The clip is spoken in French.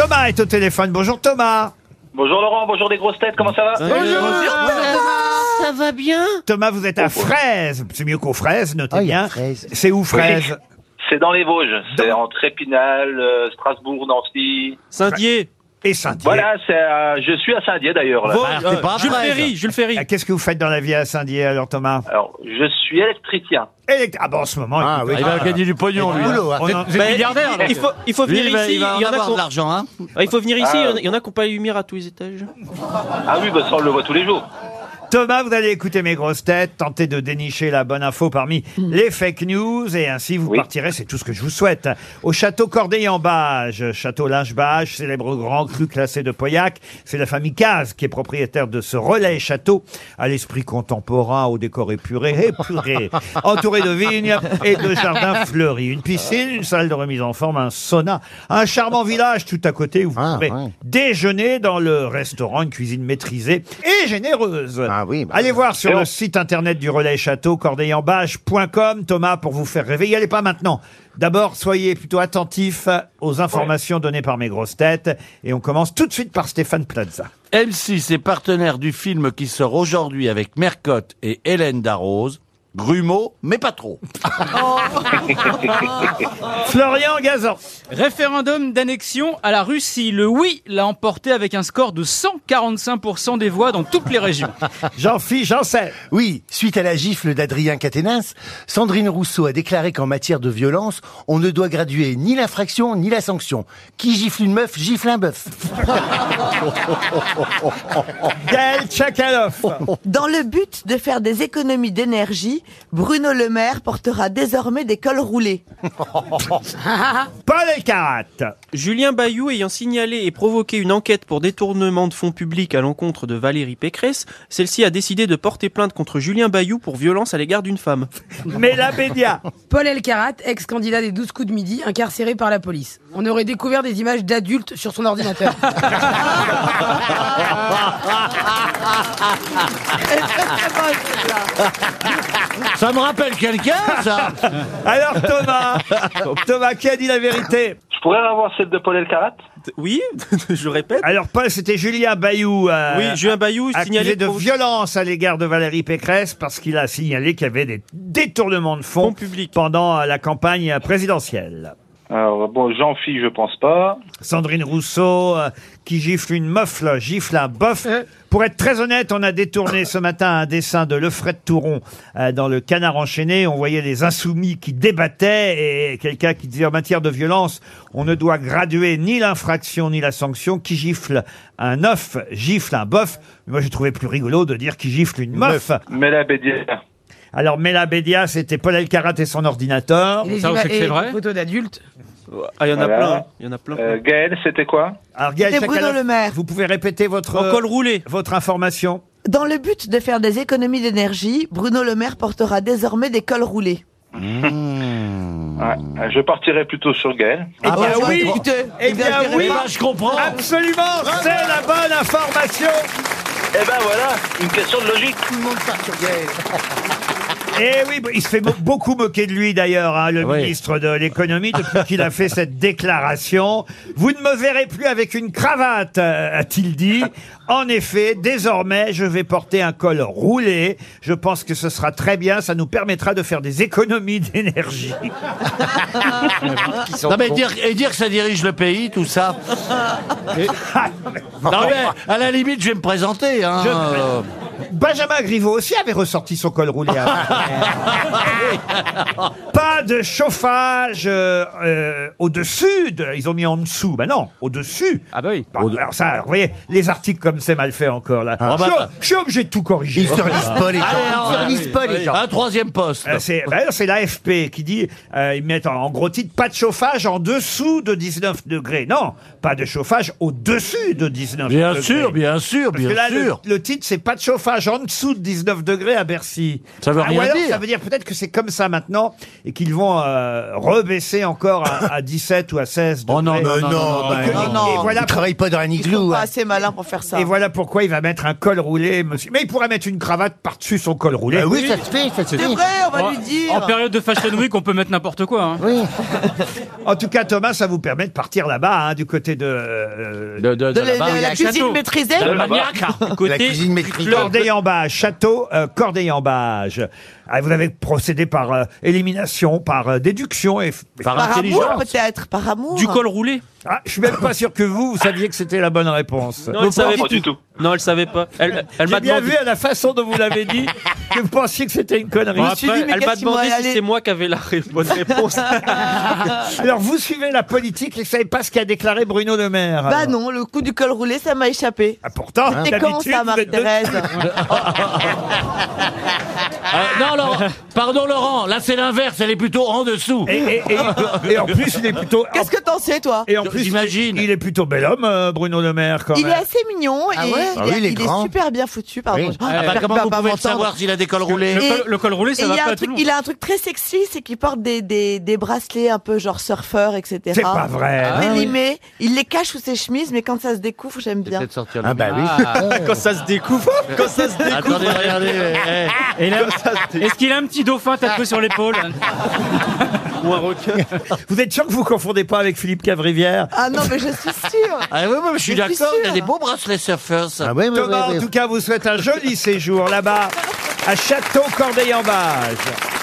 Thomas est au téléphone. Bonjour Thomas. Bonjour Laurent, bonjour les grosses têtes, comment ça va? Ça va bien? Thomas, vous êtes à Fraise. C'est mieux qu'aux Fraises, notez bien. C'est où Fraise? C'est dans les Vosges, c'est entre Épinal, Strasbourg, Nancy. Saint-Dié. Et Saint-Dié. Voilà, je suis à Saint-Dié d'ailleurs. Là. Jules Ferry. Qu'est-ce que vous faites dans la vie à Saint-Dié alors Thomas? Alors, je suis électricien. Ah bon, en ce moment, écoutez, Il va gagner du pognon, lui. Vous êtes milliardaire. Il faut venir ici. Il va avoir de l'argent, hein. Il faut venir ici. Il y en a qui n'ont pas les lumières à tous les étages. Ah oui, bah ça on le voit tous les jours. Thomas, vous allez écouter mes grosses têtes, tenter de dénicher la bonne info parmi les fake news et ainsi vous partirez, c'est tout ce que je vous souhaite, au château Corday-en-Bage, château Linge-Bage, célèbre grand cru classé de Pauillac. C'est la famille Caz qui est propriétaire de ce relais château à l'esprit contemporain, au décor épuré, entouré de vignes et de jardins fleuris. Une piscine, une salle de remise en forme, un sauna, un charmant village tout à côté où vous pourrez déjeuner dans le restaurant, une cuisine maîtrisée et généreuse. Allez voir sur le site internet du relais château, cordeillenbage.com. Thomas, pour vous faire rêver, y allez pas maintenant. D'abord, soyez plutôt attentifs aux informations données par mes grosses têtes. Et on commence tout de suite par Stéphane Plaza. M6 est partenaire du film qui sort aujourd'hui avec Mercotte et Hélène Darroze. Grumeau, mais pas trop. Florian Gazan. Référendum d'annexion à la Russie. Le oui l'a emporté avec un score de 145% des voix dans toutes les régions. Jean-Philippe Janssen. Oui, suite à la gifle d'Adrien Quatennens, Sandrine Rousseau a déclaré qu'en matière de violence, on ne doit graduer ni l'infraction ni la sanction. Qui gifle une meuf, gifle un bœuf. Gaël Tchakaloff. Dans le but de faire des économies d'énergie, Bruno Le Maire portera désormais des cols roulés. Paul Elkarat. Julien Bayou ayant signalé et provoqué une enquête pour détournement de fonds publics à l'encontre de Valérie Pécresse, celle-ci a décidé de porter plainte contre Julien Bayou pour violence à l'égard d'une femme. Mela Bédia. Paul Elkarat, ex-candidat des 12 coups de midi, incarcéré par la police. On aurait découvert des images d'adultes sur son ordinateur. Ça me rappelle quelqu'un, ça. Alors Thomas, qui a dit la vérité? Je pourrais avoir celle de Paul Elkarat? Oui, je répète. Alors Paul, c'était Julien Bayou. Oui, Julien Bayou signalé accusé de violence à l'égard de Valérie Pécresse parce qu'il a signalé qu'il y avait des détournements de fonds publics pendant la campagne présidentielle. Alors bon, Jean-Philippe, je pense pas. Sandrine Rousseau, qui gifle une meuf, là, gifle un bof. Pour être très honnête, on a détourné ce matin un dessin de Lefred Touron dans le Canard enchaîné. On voyait les insoumis qui débattaient et quelqu'un qui disait en matière de violence, on ne doit graduer ni l'infraction ni la sanction. Qui gifle un œuf, gifle un bof. Moi, j'ai trouvé plus rigolo de dire qui gifle une meuf. Mela Bédia. Alors, Mela Bédia, c'était Paul Elkarat et son ordinateur. Et les photos d'adultes. Ah, il y en a plein. Il y en a plein. Gaël, c'était quoi? Alors, Gaël C'était Bruno Tchakaloff, Le Maire. vous pouvez répéter En col roulé. votre information. Dans le but de faire des économies d'énergie, Bruno Le Maire portera désormais des cols roulés. Ouais, je partirais plutôt sur Gaël. Eh bien oui, eh bien oui, je comprends. absolument, c'est la bonne information. Eh ben voilà, une question de logique. Tout le monde part sur Gaël. Et oui, il se fait beaucoup moquer de lui d'ailleurs, hein, le ministre de l'économie, depuis qu'il a fait cette déclaration. Vous ne me verrez plus avec une cravate, a-t-il dit. En effet, désormais, je vais porter un col roulé. Je pense que ce sera très bien. Ça nous permettra de faire des économies d'énergie. Non, mais dire que ça dirige le pays, tout ça. Non, mais à la limite, je vais me présenter. Hein. Benjamin Griveaux aussi avait ressorti son col roulé. Pas de chauffage au-dessus. Ils ont mis en dessous. Ben non, au-dessus. Ah bah oui. Alors ça, vous voyez, les articles comme c'est mal fait encore là. Je suis obligé de tout corriger. Ils se relisent pas les gens. Ils se relisent pas les gens. Un troisième poste. C'est l'AFP qui dit, ils mettent en gros titre, pas de chauffage en dessous de 19 degrés. Non, pas de chauffage au-dessus de 19 degrés. Bien sûr, bien sûr, Parce bien que là, sûr. le titre, c'est pas de chauffage chauffage en dessous de 19 degrés à Bercy. Ça veut rien ou alors, dire. ça veut dire peut-être que c'est comme ça maintenant et qu'ils vont rebaisser encore à 17 ou à 16 degrés. Oh non, non, non, non, Et que- non, non. et voilà Il travaille pas dans un Ils sont igloo. pas hein. assez malins pour faire ça. Et voilà pourquoi il va mettre un col roulé, monsieur. Mais il pourrait mettre une cravate par-dessus son col roulé. Oui, ça se fait, ça se C'est fait. vrai, on va lui dire. En période de Fashion Week, on peut mettre n'importe quoi. Hein. Oui. En tout cas, Thomas, ça vous permet de partir là-bas, hein, du côté de De De là-bas où il y a la un cuisine château. maîtrisée. De Maniac. La cuisine maîtrisée. Corday-en-Bage, château Corday-en-Bage. Ah, vous avez procédé par élimination, par déduction et Par Par intelligence. amour, peut-être. Par amour. Du col roulé. Ah, je suis même pas sûr que vous saviez que c'était la bonne réponse. Non, elle savait Pas du tout. Non, elle savait pas. Elle J'ai m'a bien demandé. vu à la façon dont vous l'avez dit que vous pensiez que c'était une connerie. Bon, me suis après, dit, mais elle m'a qu'est-ce qu'ils vont demandé y si aller c'est moi qui avais la bonne réponse. Alors vous suivez la politique et vous savez pas ce qu'a déclaré Bruno Le Maire. Bah alors. non, le coup du col roulé, ça m'a échappé. Ah, pourtant, C'est quand d'habitude, ça, vous êtes deux- Marie-Thérèse Non, Laurent. Pardon, Laurent. Là, c'est l'inverse. Elle est plutôt en dessous. Et en plus, il est plutôt. Qu'est-ce que t'en sais, toi Et en plus, J'imagine. il est plutôt bel homme, Bruno Le Maire, quand Il même. est assez mignon et Ah ouais il, Ah oui, il est il est grand. super bien foutu, pardon. Oui. Oh, Ah bah, j'espère comment qu'il vous va pas pouvez le m'entendre. savoir s'il a des cols roulés Le col roulé, Et ça va pas à tout le monde. il a un truc très sexy, c'est qu'il porte des bracelets un peu genre surfeur, etc. C'est pas vrai. Pélimés. Il les cache sous ses chemises, mais quand ça se découvre, j'aime bien. Peut-être sortir Ah le bah oui. Quand ça se découvre. Quand ça se découvre. Attendez, regardez. Et là, est-ce qu'il a un petit dauphin tatoué sur l'épaule? Ou un requin. Vous êtes sûr que vous confondez pas avec Philippe Cavrivière? Ah non, mais je suis sûre. Ah oui, je suis Je suis d'accord. Il a sûre. des beaux bracelets surfeurs, ça. Ah oui, oui, Thomas, oui, en oui. tout cas, vous souhaite un joli séjour là-bas, à Château Corday-en-Bage.